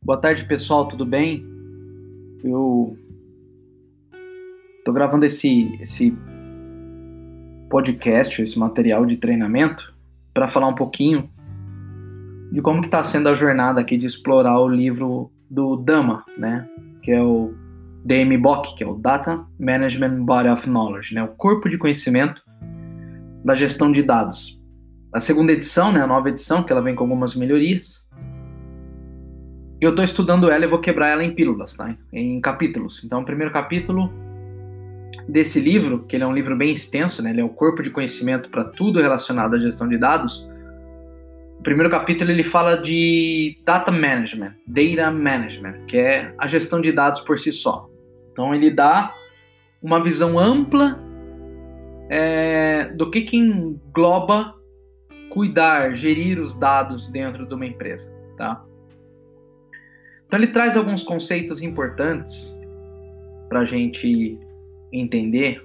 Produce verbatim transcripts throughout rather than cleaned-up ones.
Boa tarde, pessoal, tudo bem? Eu tô gravando esse, esse podcast, esse material de treinamento, para falar um pouquinho de como que está sendo a jornada aqui de explorar o livro do Dama, né? Que é o D M B O C, que é o Data Management Body of Knowledge, né? O corpo de conhecimento da gestão de dados. A segunda edição, né? A nova edição, que ela vem com algumas melhorias. Eu estou estudando ela e vou quebrar ela em pílulas, tá? Em capítulos. Então, o primeiro capítulo desse livro, que ele é um livro bem extenso, né? Ele é o corpo de conhecimento para tudo relacionado à gestão de dados. O primeiro capítulo ele fala de data management, data management, que é a gestão de dados por si só. Então, ele dá uma visão ampla é, do que, que engloba cuidar, gerir os dados dentro de uma empresa, tá? Então ele traz alguns conceitos importantes para a gente entender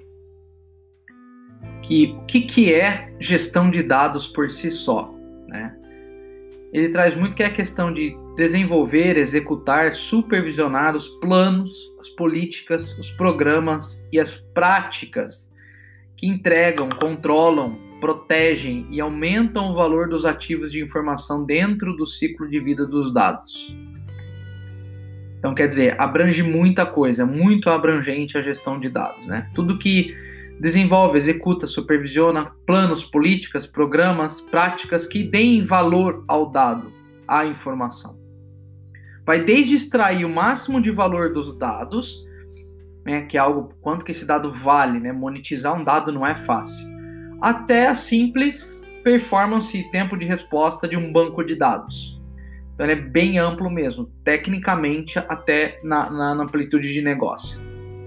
que o que, que é gestão de dados por si só, né? Ele traz muito que é a questão de desenvolver, executar, supervisionar os planos, as políticas, os programas e as práticas que entregam, controlam, protegem e aumentam o valor dos ativos de informação dentro do ciclo de vida dos dados. Então, quer dizer, abrange muita coisa, muito abrangente a gestão de dados, né? Tudo que desenvolve, executa, supervisiona planos, políticas, programas, práticas que deem valor ao dado, à informação. Vai desde extrair o máximo de valor dos dados, né, que é algo, quanto que esse dado vale, né? Monetizar um dado não é fácil, até a simples performance e tempo de resposta de um banco de dados. Então ele é bem amplo mesmo, tecnicamente até na, na, na amplitude de negócio.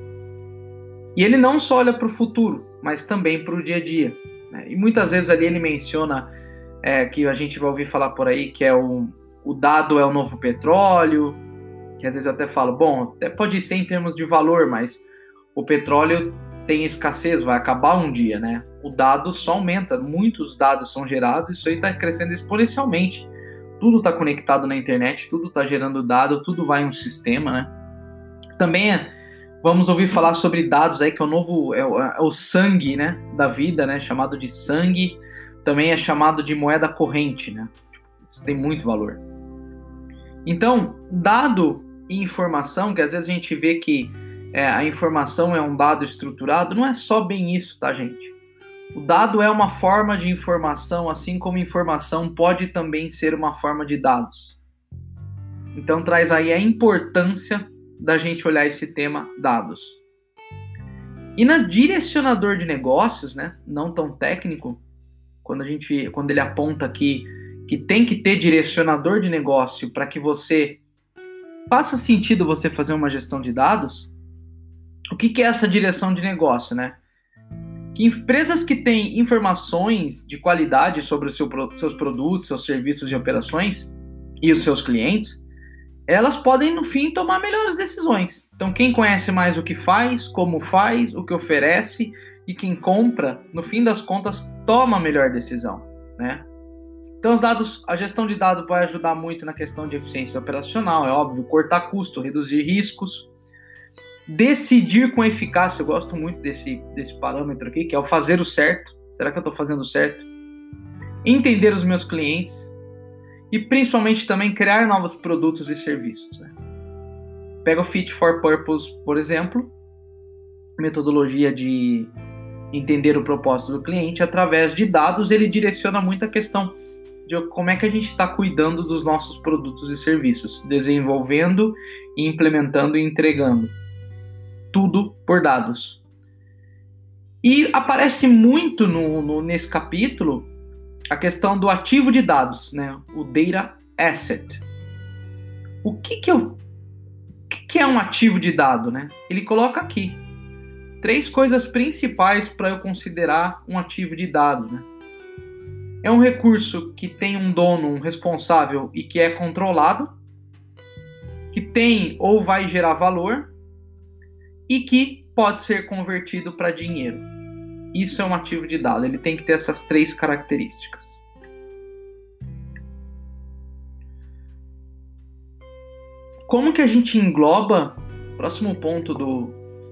E ele não só olha para o futuro, mas também para o dia a dia, né? E muitas vezes ali ele menciona é, que a gente vai ouvir falar por aí que é o, o dado é o novo petróleo, que às vezes eu até falo, bom, até pode ser em termos de valor, mas o petróleo tem escassez, vai acabar um dia, né? O dado só aumenta, muitos dados são gerados, isso aí está crescendo exponencialmente. Tudo está conectado na internet, tudo está gerando dado, tudo vai em um sistema, né? Também é, vamos ouvir falar sobre dados aí, que é o novo, é o, é o sangue, né, da vida, né, chamado de sangue, também é chamado de moeda corrente, né? Isso tem muito valor. Então, dado e informação, que às vezes a gente vê que é, a informação é um dado estruturado, não é só bem isso, tá, gente? O dado é uma forma de informação, assim como informação pode também ser uma forma de dados. Então traz aí a importância da gente olhar esse tema dados. E na direcionador de negócios, né, não tão técnico, quando a gente, quando ele aponta aqui que tem que ter direcionador de negócio para que você faça sentido você fazer uma gestão de dados, o que, que é essa direção de negócio, né? Que empresas que têm informações de qualidade sobre os seu, seus produtos, seus serviços e operações e os seus clientes, elas podem, no fim, tomar melhores decisões. Então, quem conhece mais o que faz, como faz, o que oferece e quem compra, no fim das contas, toma a melhor decisão, né? Então, os dados, a gestão de dados vai ajudar muito na questão de eficiência operacional, é óbvio, cortar custo, reduzir riscos, decidir com eficácia. Eu gosto muito desse, desse parâmetro aqui, que é o fazer o certo. Será que eu estou fazendo o certo? Entender os meus clientes e principalmente também criar novos produtos e serviços, né? Pega o Fit for Purpose, por exemplo, metodologia de entender o propósito do cliente. Através de dados, ele direciona muito a questão de como é que a gente está cuidando dos nossos produtos e serviços, desenvolvendo, implementando e entregando. Tudo por dados. E aparece muito no, no, nesse capítulo a questão do ativo de dados, né? O Data Asset. O que, que, eu, o que, que é um ativo de dado, né? Ele coloca aqui três coisas principais para eu considerar um ativo de dado, né? É um recurso que tem um dono, um responsável e que é controlado, que tem ou vai gerar valor, e que pode ser convertido para dinheiro. Isso é um ativo de dado, ele tem que ter essas três características. como que a gente engloba, próximo ponto do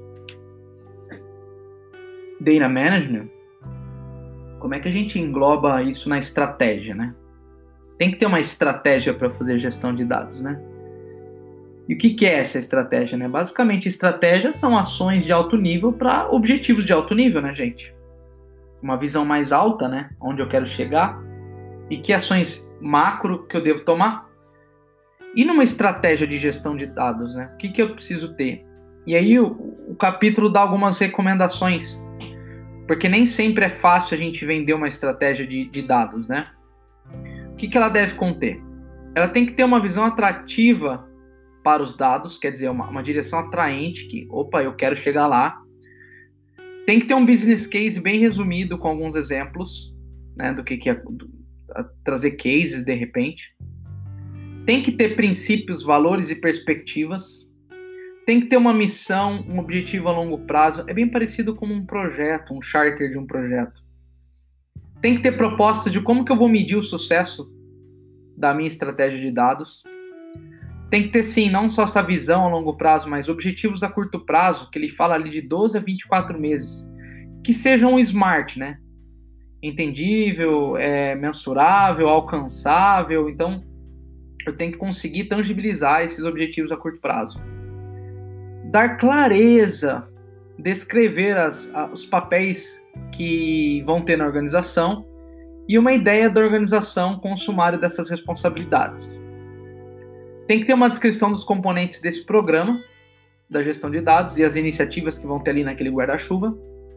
Data Management, como é que a gente engloba isso na estratégia, né? Tem que ter uma estratégia para fazer gestão de dados, né? E o que, que é essa estratégia, né? Basicamente, estratégias são ações de alto nível para objetivos de alto nível, né, gente? Uma visão mais alta, né? Onde eu quero chegar. E que ações macro que eu devo tomar. E numa estratégia de gestão de dados, né? O que, que eu preciso ter? E aí o, o capítulo dá algumas recomendações. Porque nem sempre é fácil a gente vender uma estratégia de, de dados, né? O que, que ela deve conter? Ela tem que ter uma visão atrativa para os dados, quer dizer, uma, uma direção atraente, que, opa, eu quero chegar lá. Tem que ter um business case bem resumido, com alguns exemplos, né, do que, que é do, a, trazer cases, de repente. Tem que ter princípios, valores e perspectivas. Tem que ter uma missão, um objetivo a longo prazo. É bem parecido com um projeto, um charter de um projeto. Tem que ter proposta de como que eu vou medir o sucesso da minha estratégia de dados. Tem que ter, sim, não só essa visão a longo prazo, mas objetivos a curto prazo, que ele fala ali de doze a vinte e quatro meses, que sejam smart, né? Entendível, é, mensurável, alcançável. Então, eu tenho que conseguir tangibilizar esses objetivos a curto prazo. Dar clareza, descrever as, a, os papéis que vão ter na organização e uma ideia da organização com o sumário dessas responsabilidades. Tem que ter uma descrição dos componentes desse programa, da gestão de dados e as iniciativas que vão ter ali naquele guarda-chuva.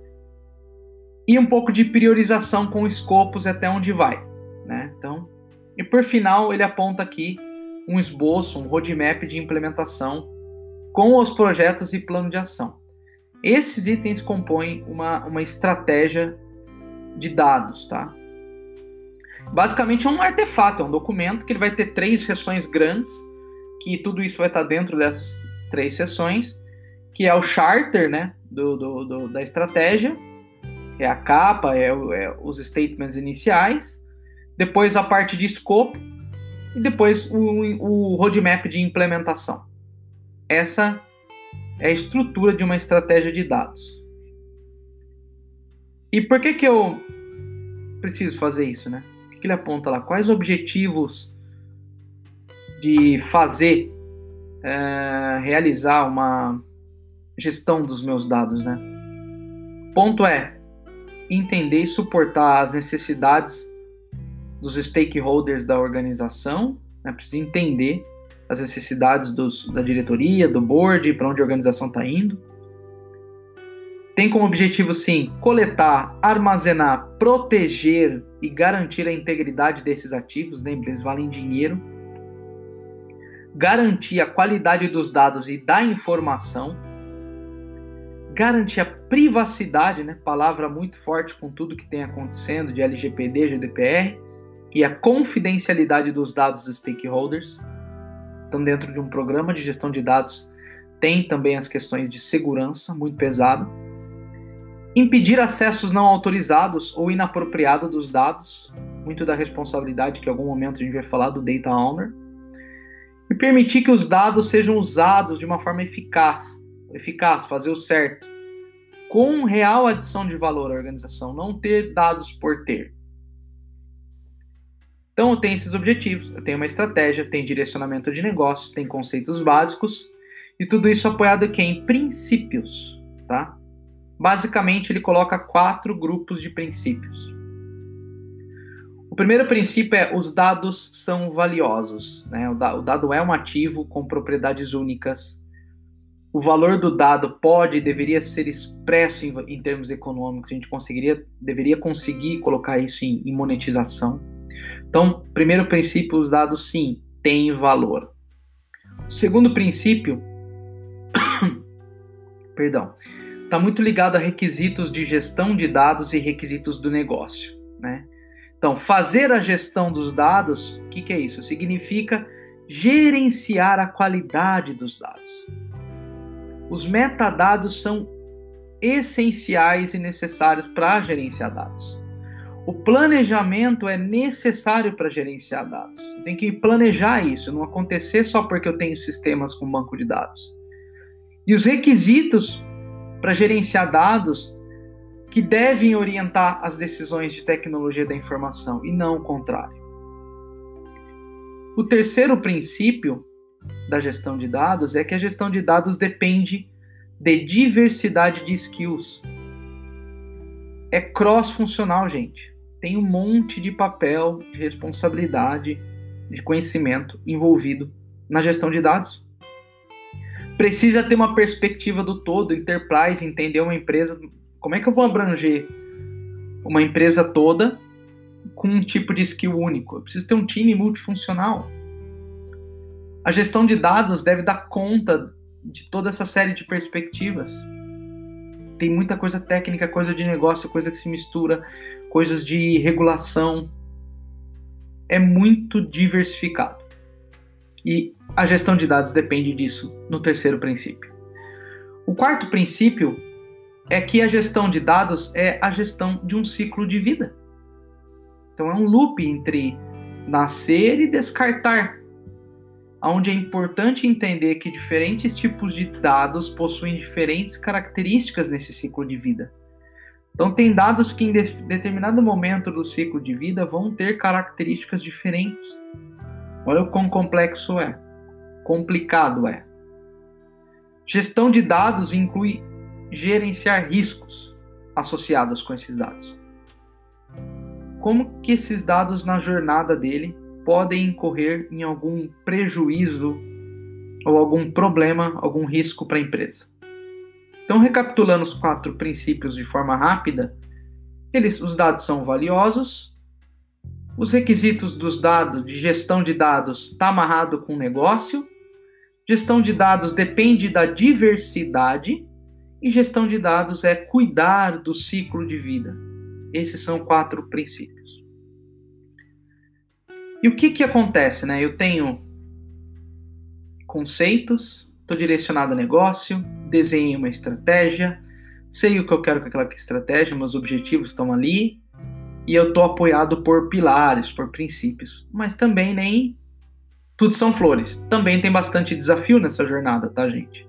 E um pouco de priorização com escopos até onde vai, né? Então, e por final, ele aponta aqui um esboço, um roadmap de implementação com os projetos e plano de ação. Esses itens compõem uma, uma estratégia de dados, tá? Basicamente é um artefato, é um documento que ele vai ter três seções grandes, que tudo isso vai estar dentro dessas três seções, que é o charter, né, do, do, do, da estratégia, é a capa, é, é os statements iniciais, depois a parte de escopo e depois o, o roadmap de implementação. Essa é a estrutura de uma estratégia de dados. E por que que eu preciso fazer isso, né? O que que ele aponta lá? Quais objetivos de fazer, é, realizar uma gestão dos meus dados, né? Ponto é entender e suportar as necessidades dos stakeholders da organização, né? Preciso entender as necessidades dos, da diretoria, do board, para onde a organização está indo. Tem como objetivo, sim, coletar, armazenar, proteger e garantir a integridade desses ativos, lembre, eles valem dinheiro. Garantir a qualidade dos dados e da informação. Garantir a privacidade, né? Palavra muito forte com tudo que tem acontecendo de L G P D, G D P R, e a confidencialidade dos dados dos stakeholders. Então, dentro de um programa de gestão de dados, tem também as questões de segurança, muito pesado. Impedir acessos não autorizados ou inapropriados dos dados, muito da responsabilidade que em algum momento a gente vai falar do Data Owner. E permitir que os dados sejam usados de uma forma eficaz, eficaz, fazer o certo, com real adição de valor à organização, não ter dados por ter. Então eu tenho esses objetivos, eu tenho uma estratégia, tem direcionamento de negócio, tem conceitos básicos, e tudo isso apoiado aqui em princípios, tá? Basicamente ele coloca quatro grupos de princípios. O primeiro princípio é os dados são valiosos, né? O dado é um ativo com propriedades únicas. O valor do dado pode e deveria ser expresso em, em termos econômicos. A gente conseguiria, deveria conseguir colocar isso em, em monetização. Então, primeiro princípio, os dados sim têm valor. O segundo princípio, perdão, está muito ligado a requisitos de gestão de dados e requisitos do negócio, né? Então, fazer a gestão dos dados, o que, que é isso? Significa gerenciar a qualidade dos dados. Os metadados são essenciais e necessários para gerenciar dados. O planejamento é necessário para gerenciar dados. Tem que planejar isso, não acontecer só porque eu tenho sistemas com banco de dados. E os requisitos para gerenciar dados que devem orientar as decisões de tecnologia da informação e não o contrário. O terceiro princípio da gestão de dados é que a gestão de dados depende de diversidade de skills. É cross-funcional, gente. Tem um monte de papel, de responsabilidade, de conhecimento envolvido na gestão de dados. Precisa ter uma perspectiva do todo, enterprise, entender uma empresa. Como é que eu vou abranger uma empresa toda com um tipo de skill único? Eu preciso ter um time multifuncional. A gestão de dados deve dar conta de toda essa série de perspectivas. Tem muita coisa técnica, coisa de negócio, coisa que se mistura, coisas de regulação. É muito diversificado. E a gestão de dados depende disso no terceiro princípio. O quarto princípio é que a gestão de dados é a gestão de um ciclo de vida. Então é um loop entre nascer e descartar, onde é importante entender que diferentes tipos de dados possuem diferentes características nesse ciclo de vida. Então tem dados que em de- determinado momento do ciclo de vida vão ter características diferentes. Olha o quão complexo é, complicado é. Gestão de dados inclui gerenciar riscos associados com esses dados. Como que esses dados na jornada dele podem incorrer em algum prejuízo ou algum problema, algum risco para a empresa? Então, recapitulando os quatro princípios de forma rápida, eles, os dados são valiosos, os requisitos dos dados, de gestão de dados, está amarrado com o negócio, gestão de dados depende da diversidade e gestão de dados é cuidar do ciclo de vida. Esses são quatro princípios. E o que que acontece, né? Eu tenho conceitos, estou direcionado a negócio, desenhei uma estratégia, sei o que eu quero com aquela estratégia, meus objetivos estão ali, e eu estou apoiado por pilares, por princípios. Mas também nem tudo são flores. Também tem bastante desafio nessa jornada, tá, gente?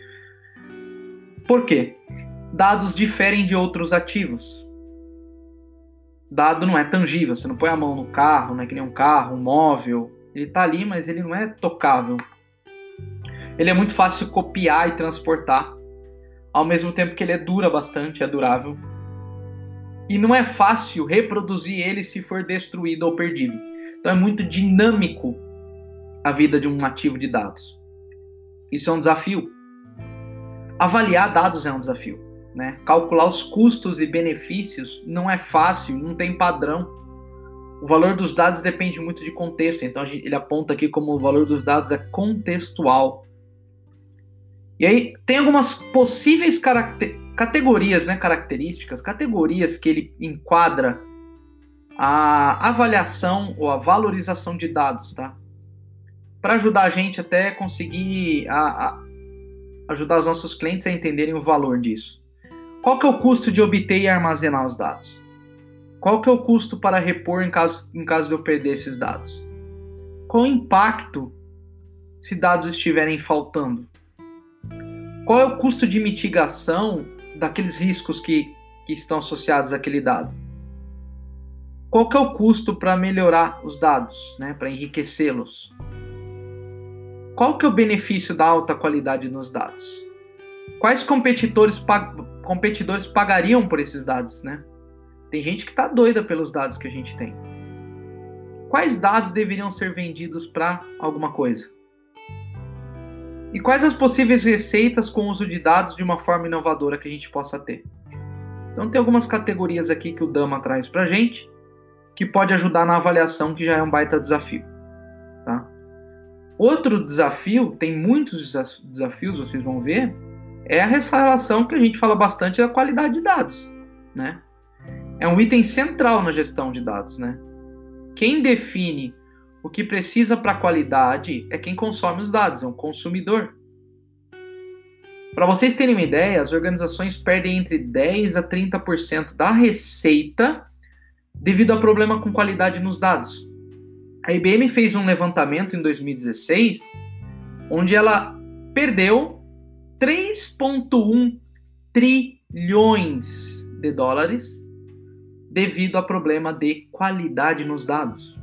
Por quê? Dados diferem de outros ativos. Dado não é tangível, você não põe a mão no carro, não é que nem um carro, um móvel. Ele está ali, mas ele não é tocável. Ele é muito fácil copiar e transportar, ao mesmo tempo que ele é dura bastante, é durável. E não é fácil reproduzir ele se for destruído ou perdido. Então é muito dinâmico a vida de um ativo de dados. Isso é um desafio. Avaliar dados é um desafio, né? Calcular os custos e benefícios não é fácil, não tem padrão. O valor dos dados depende muito de contexto, então ele aponta aqui como o valor dos dados é contextual. E aí tem algumas possíveis caracter- categorias, né, características, categorias que ele enquadra a avaliação ou a valorização de dados, tá? Para ajudar a gente até conseguir a, a ajudar os nossos clientes a entenderem o valor disso. Qual que é o custo de obter e armazenar os dados? Qual que é o custo para repor em caso, em caso de eu perder esses dados? Qual o impacto se dados estiverem faltando? Qual é o custo de mitigação daqueles riscos que, que estão associados àquele dado? Qual que é o custo para melhorar os dados, né, para enriquecê-los? Qual que é o benefício da alta qualidade nos dados? Quais competidores, pag- competidores pagariam por esses dados, né? Tem gente que está doida pelos dados que a gente tem. Quais dados deveriam ser vendidos para alguma coisa? E quais as possíveis receitas com o uso de dados de uma forma inovadora que a gente possa ter? Então tem algumas categorias aqui que o Dama traz para a gente, que pode ajudar na avaliação, que já é um baita desafio, tá? Outro desafio, tem muitos desafios, vocês vão ver, é a relação que a gente fala bastante da qualidade de dados, né? É um item central na gestão de dados, né? Quem define o que precisa para a qualidade é quem consome os dados, é um consumidor. Para vocês terem uma ideia, as organizações perdem entre dez a trinta por cento da receita devido a problema com qualidade nos dados. A I B M fez um levantamento em dois mil e dezesseis, onde ela perdeu três vírgula um trilhões de dólares devido a problema de qualidade nos dados.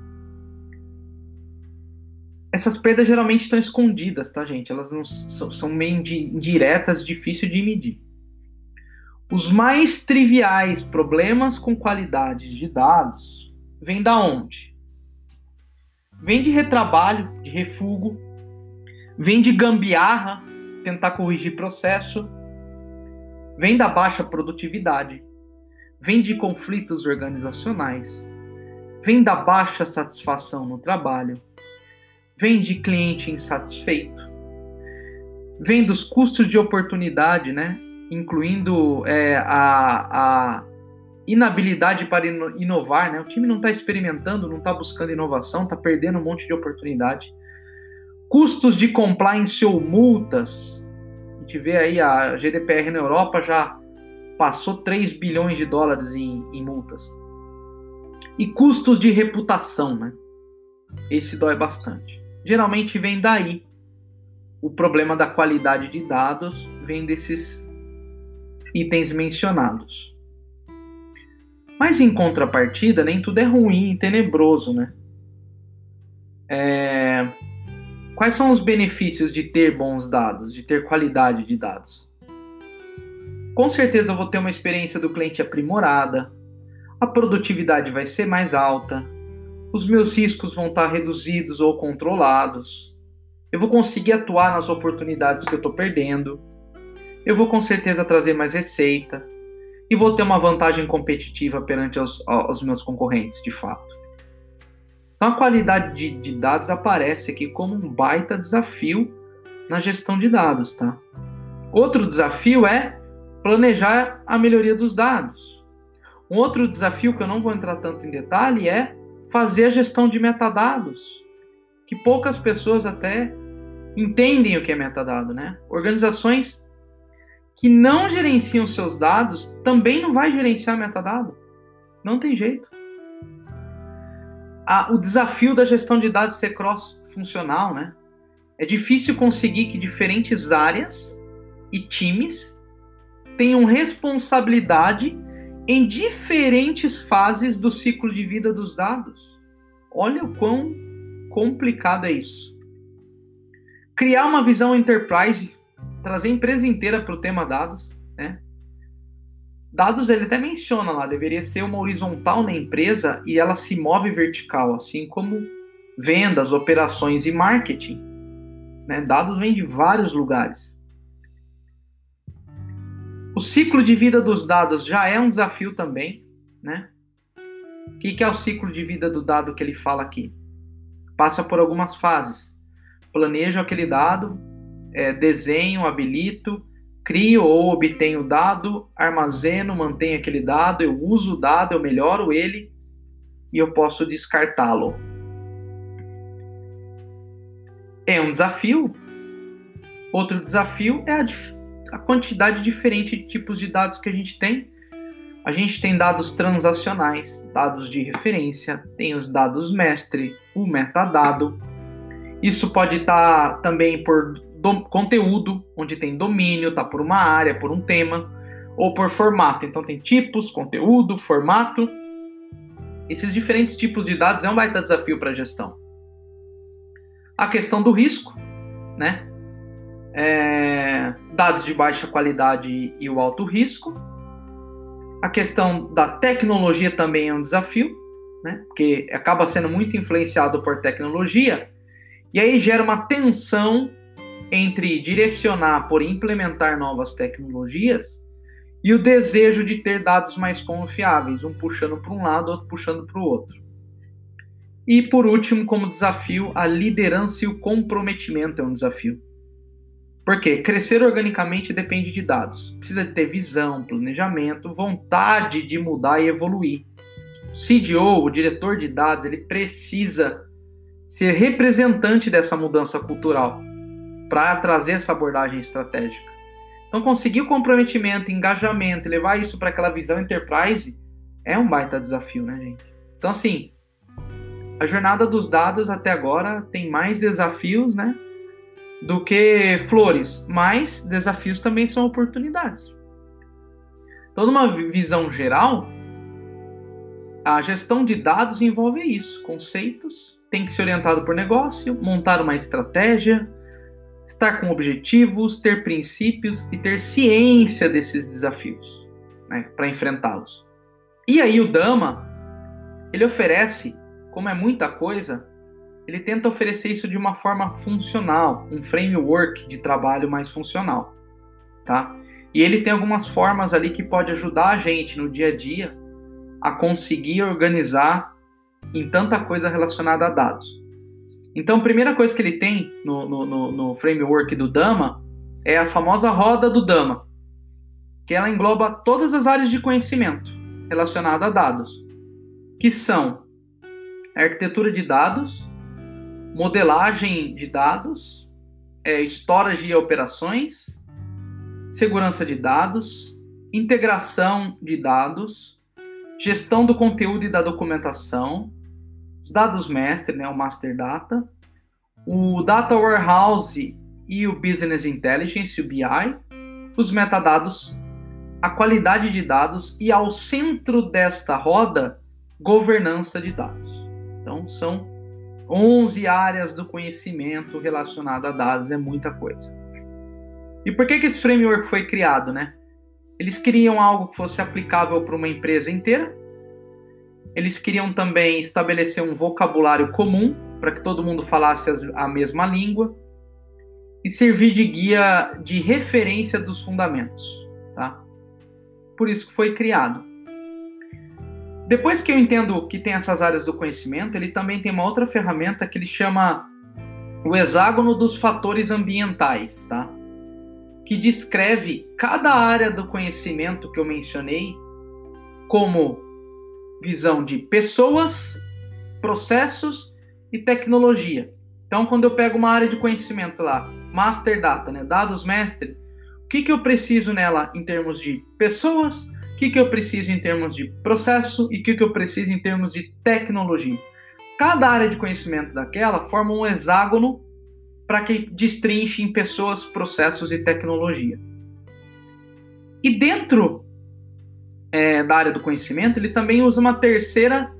Essas perdas geralmente estão escondidas, tá, gente? Elas não são, são meio indiretas, difícil de medir. Os mais triviais problemas com qualidade de dados vêm da onde? Vem de retrabalho, de refugo, vem de gambiarra, tentar corrigir processo, vem da baixa produtividade, vem de conflitos organizacionais, vem da baixa satisfação no trabalho, vem de cliente insatisfeito, vem dos custos de oportunidade, né? Incluindo é, a, a inabilidade para inovar, né? O time não está experimentando, não está buscando inovação, está perdendo um monte de oportunidade. Custos de compliance ou multas. A gente vê aí a G D P R na Europa já passou três bilhões de dólares em, em multas. E custos de reputação, né? Esse dói bastante. Geralmente vem daí. O problema da qualidade de dados vem desses itens mencionados. Mas em contrapartida, nem tudo é ruim e tenebroso, né? É... Quais são os benefícios de ter bons dados, de ter qualidade de dados? Com certeza eu vou ter uma experiência do cliente aprimorada, a produtividade vai ser mais alta, os meus riscos vão estar reduzidos ou controlados, eu vou conseguir atuar nas oportunidades que eu estou perdendo, eu vou com certeza trazer mais receita e vou ter uma vantagem competitiva perante os, os meus concorrentes, de fato. Então a qualidade de, de dados aparece aqui como um baita desafio na gestão de dados, tá? Outro desafio é planejar a melhoria dos dados. Um outro desafio que eu não vou entrar tanto em detalhe é fazer a gestão de metadados, que poucas pessoas até entendem o que é metadado, né? Organizações que não gerenciam seus dados também não vai gerenciar metadado. Não tem jeito. Ah, o desafio da gestão de dados ser cross-funcional, né? É difícil conseguir que diferentes áreas e times tenham responsabilidade em diferentes fases do ciclo de vida dos dados. Olha o quão complicado é isso. Criar uma visão enterprise, trazer a empresa inteira para o tema dados, né? Dados, ele até menciona lá, deveria ser uma horizontal na empresa e ela se move vertical, assim como vendas, operações e marketing, né? Dados vêm de vários lugares. O ciclo de vida dos dados já é um desafio também, né? O que é o ciclo de vida do dado que ele fala aqui? Passa por algumas fases. Planejo aquele dado, é, desenho, habilito, crio ou obtenho o dado, armazeno, mantenho aquele dado, eu uso o dado, eu melhoro ele e eu posso descartá-lo. É um desafio. Outro desafio é a, a quantidade diferente de tipos de dados que a gente tem. A gente tem dados transacionais, dados de referência, tem os dados mestre, o metadado. Isso pode estar também por do, conteúdo, onde tem domínio, está por uma área, por um tema, ou por formato. Então tem tipos, conteúdo, formato. Esses diferentes tipos de dados é um baita desafio para a gestão. A questão do risco, né? É, dados de baixa qualidade e o alto risco. A questão da tecnologia também é um desafio, né? Porque acaba sendo muito influenciado por tecnologia, e aí gera uma tensão entre direcionar por implementar novas tecnologias e o desejo de ter dados mais confiáveis, um puxando para um lado, outro puxando para o outro. E por último, como desafio, a liderança e o comprometimento é um desafio. Porque crescer organicamente depende de dados. Precisa ter visão, planejamento, vontade de mudar e evoluir. O C D O, o diretor de dados, ele precisa ser representante dessa mudança cultural para trazer essa abordagem estratégica. Então, conseguir o comprometimento, engajamento e levar isso para aquela visão enterprise É um baita desafio, né, gente? Então, assim, a jornada dos dados até agora tem mais desafios, né, do que flores, mas desafios também são oportunidades. Então, numa visão geral, a gestão de dados envolve isso, conceitos, tem que ser orientado por negócio, montar uma estratégia, estar com objetivos, ter princípios e ter ciência desses desafios, né, para enfrentá-los. E aí o Dama, ele oferece, como é muita coisa, ele tenta oferecer isso de uma forma funcional, um framework de trabalho mais funcional, tá? E ele tem algumas formas ali que pode ajudar a gente no dia a dia a conseguir organizar em tanta coisa relacionada a dados. Então, a primeira coisa que ele tem no, no, no framework do Dama é a famosa roda do Dama, que ela engloba todas as áreas de conhecimento relacionadas a dados, que são arquitetura de dados, modelagem de dados, é, storage e operações, segurança de dados, integração de dados, gestão do conteúdo e da documentação, os dados mestre, né, o Master Data, o Data Warehouse e o Business Intelligence, o B I, os metadados, a qualidade de dados e, ao centro desta roda, governança de dados. Então, são onze áreas do conhecimento relacionado a dados, é muita coisa. E por que que esse framework foi criado, né? Eles queriam algo que fosse aplicável para uma empresa inteira. Eles queriam também estabelecer um vocabulário comum para que todo mundo falasse a mesma língua e servir de guia de referência dos fundamentos, tá? Por isso que foi criado. Depois que eu entendo que tem essas áreas do conhecimento, ele também tem uma outra ferramenta que ele chama o hexágono dos fatores ambientais, tá? Que descreve cada área do conhecimento que eu mencionei como visão de pessoas, processos e tecnologia. Então, quando eu pego uma área de conhecimento lá, Master Data, né, dados mestre, o que, que eu preciso nela em termos de pessoas, o que, que eu preciso em termos de processo e o que, que eu preciso em termos de tecnologia. Cada área de conhecimento daquela forma um hexágono para que destrinche em pessoas, processos e tecnologia. E dentro é, da área do conhecimento, ele também usa uma terceira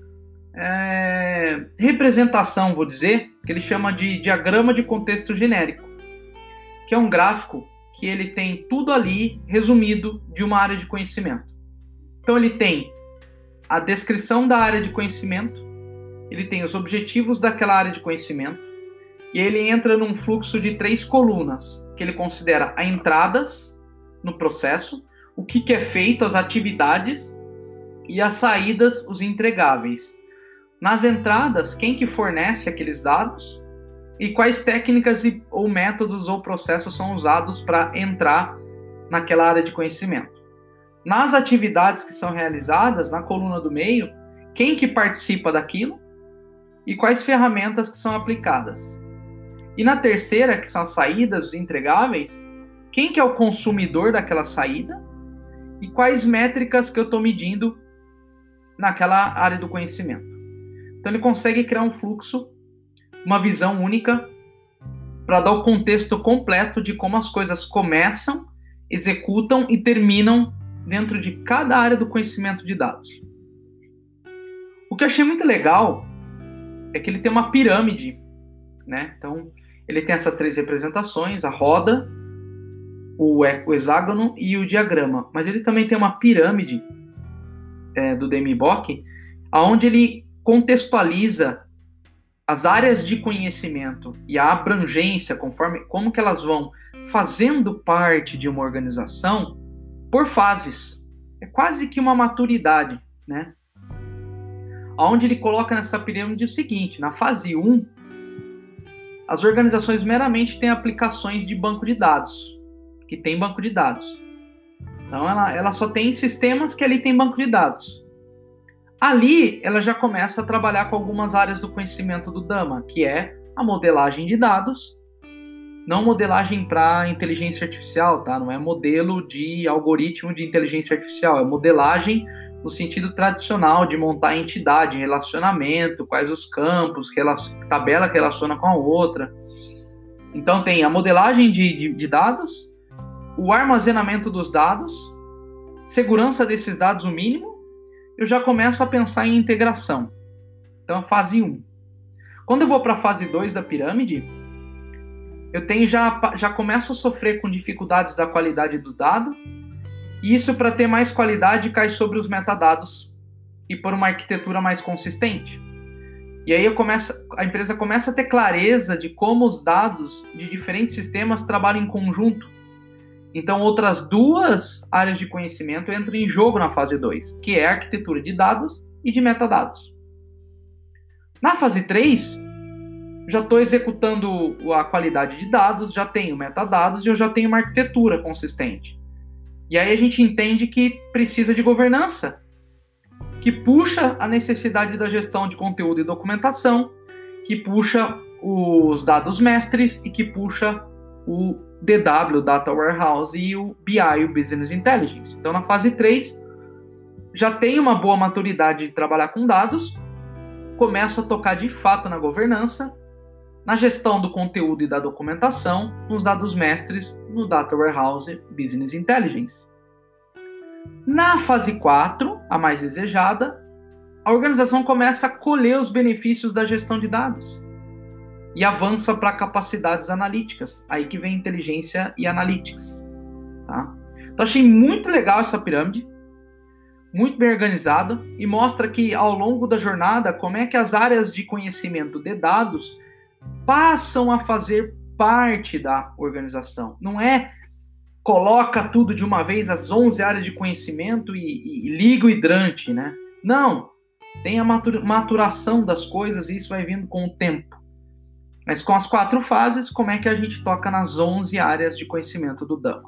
é, representação, vou dizer, que ele chama de diagrama de contexto genérico, que é um gráfico que ele tem tudo ali resumido de uma área de conhecimento. Então ele tem a descrição da área de conhecimento, ele tem os objetivos daquela área de conhecimento, e ele entra num fluxo de três colunas, que ele considera as entradas no processo, o que, que é feito, as atividades, e as saídas, os entregáveis. Nas entradas, quem que fornece aqueles dados e quais técnicas e, ou métodos ou processos são usados para entrar naquela área de conhecimento. Nas atividades que são realizadas, na coluna do meio, quem que participa daquilo e quais ferramentas que são aplicadas. E na terceira, que são as saídas, os entregáveis, quem que é o consumidor daquela saída e quais métricas que eu estou medindo naquela área do conhecimento. Então ele consegue criar um fluxo, uma visão única, para dar o contexto completo de como as coisas começam, executam e terminam dentro de cada área do conhecimento de dados. O que eu achei muito legal é que ele tem uma pirâmide, né? Então, ele tem essas três representações, a roda, o hexágono e o diagrama. Mas ele também tem uma pirâmide é, do D M B O C, onde ele contextualiza as áreas de conhecimento e a abrangência, conforme como que elas vão fazendo parte de uma organização por fases. É quase que uma maturidade, né? Onde ele coloca nessa pirâmide o seguinte: na fase um, as organizações meramente têm aplicações de banco de dados, que tem banco de dados. Então ela, ela só tem sistemas que ali tem banco de dados. Ali ela já começa a trabalhar com algumas áreas do conhecimento do Dama, que é a modelagem de dados não modelagem para inteligência artificial, tá? Não é modelo de algoritmo de inteligência artificial, é modelagem no sentido tradicional de montar entidade, relacionamento, quais os campos, relacion... tabela que relaciona com a outra. Então tem a modelagem de, de, de dados, o armazenamento dos dados, segurança desses dados o mínimo, eu já começo a pensar em integração. Então, fase um. Quando eu vou para a fase dois da pirâmide, eu tenho já, já começo a sofrer com dificuldades da qualidade do dado, e isso, para ter mais qualidade, cai sobre os metadados e por uma arquitetura mais consistente. E aí eu começo, a empresa começa a ter clareza de como os dados de diferentes sistemas trabalham em conjunto. Então, outras duas áreas de conhecimento entram em jogo na fase dois, que é a arquitetura de dados e de metadados. Na fase três, já estou executando a qualidade de dados, já tenho metadados e eu já tenho uma arquitetura consistente. E aí a gente entende que precisa de governança, que puxa a necessidade da gestão de conteúdo e documentação, que puxa os dados mestres e que puxa o D W, o Data Warehouse, e o B I, o Business Intelligence. Então, na fase três, já tem uma boa maturidade de trabalhar com dados, começo a tocar de fato na governança, na gestão do conteúdo e da documentação, nos dados mestres, no Data Warehouse Business Intelligence. Na fase quatro, a mais desejada, a organização começa a colher os benefícios da gestão de dados e avança para capacidades analíticas, aí que vem inteligência e analytics. Tá? Então achei muito legal essa pirâmide, muito bem organizada, e mostra que ao longo da jornada, como é que as áreas de conhecimento de dados passam a fazer parte da organização. Não é coloca tudo de uma vez, as onze áreas de conhecimento e, e, e liga o hidrante, né? Não, tem a maturação das coisas e isso vai vindo com o tempo. Mas com as quatro fases, como é que a gente toca nas onze áreas de conhecimento do Dama?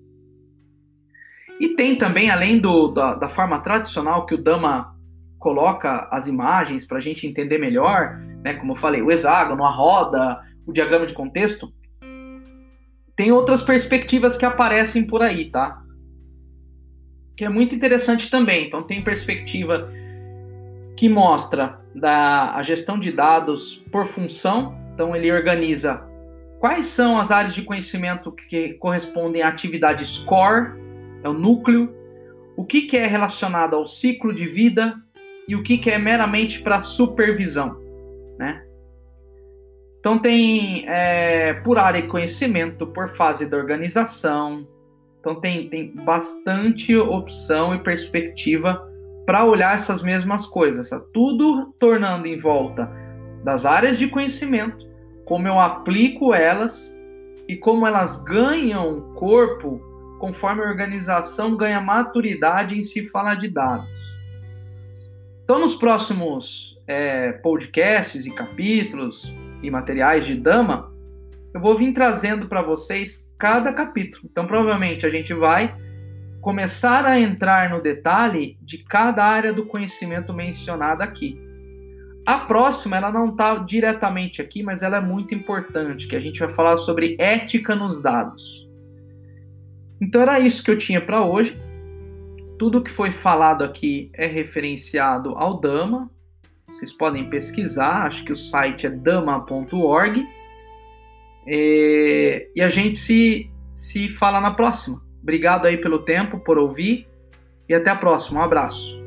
E tem também, além do, da, da forma tradicional que o Dama coloca as imagens para a gente entender melhor, né, como eu falei, o hexágono, a roda, o diagrama de contexto, tem outras perspectivas que aparecem por aí, tá? Que é muito interessante também. Então tem perspectiva que mostra da, a gestão de dados por função. Então ele organiza quais são as áreas de conhecimento que correspondem à atividade core, é o núcleo, o que, que é relacionado ao ciclo de vida e o que, que é meramente para supervisão, né? Então tem é, por área de conhecimento, por fase da organização. Então tem, tem bastante opção e perspectiva para olhar essas mesmas coisas. Tá? Tudo tornando em volta das áreas de conhecimento, como eu aplico elas e como elas ganham corpo conforme a organização ganha maturidade em se falar de dados. Então nos próximos é, podcasts e capítulos e materiais de Dama, eu vou vir trazendo para vocês cada capítulo. Então, provavelmente, a gente vai começar a entrar no detalhe de cada área do conhecimento mencionada aqui. A próxima, ela não está diretamente aqui, mas ela é muito importante, que a gente vai falar sobre ética nos dados. Então, era isso que eu tinha para hoje. Tudo que foi falado aqui é referenciado ao Dama. Vocês podem pesquisar, acho que o site é dama ponto org. E, e a gente se, se fala na próxima. Obrigado aí pelo tempo, por ouvir. E até a próxima. Um abraço.